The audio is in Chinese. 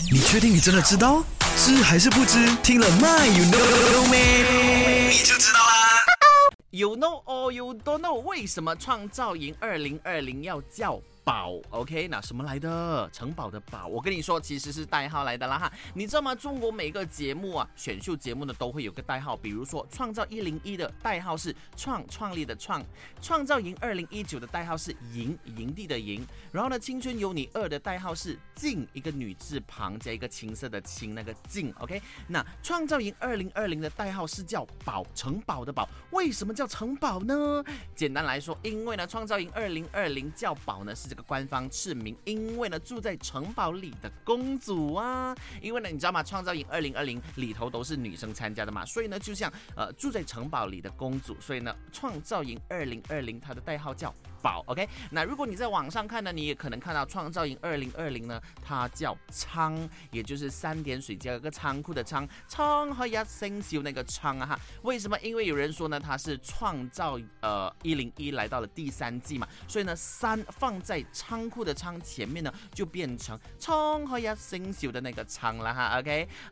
你确定你真的知道？知还是不知？听了 My you know 没？你就知道啦。 You know or you don't know， 为什么创造营2020要叫宝 ？OK， 那什么来的？城堡的堡，我跟你说，其实是代号来的啦哈。你知道吗？中国每个节目啊，选秀节目呢都会有个代号，比如说创造101的代号是创立的创，创造营2019的代号是营地的营，然后呢，青春有你2的代号是静，一个女字旁加一个青色的青，那个静 ，OK。那创造营2020的代号是叫堡，城堡的堡，为什么叫城堡呢？简单来说，因为呢，创造营2020叫堡呢是这个官方赐名，因为呢住在城堡里的公主啊，因为呢你知道吗？创造营2020里头都是女生参加的嘛，所以呢就像住在城堡里的公主，所以呢创造营2020它的代号叫宝 ，OK。那如果你在网上看呢，你也可能看到创造营2020呢，它叫仓，也就是3点水加一个仓库的仓，仓和一生锈那个仓啊哈。为什么？因为有人说呢，它是创造101来到了第3季嘛，所以呢3放在仓库的仓前面呢，就变成仓和一生锈的那个仓了哈 ，OK。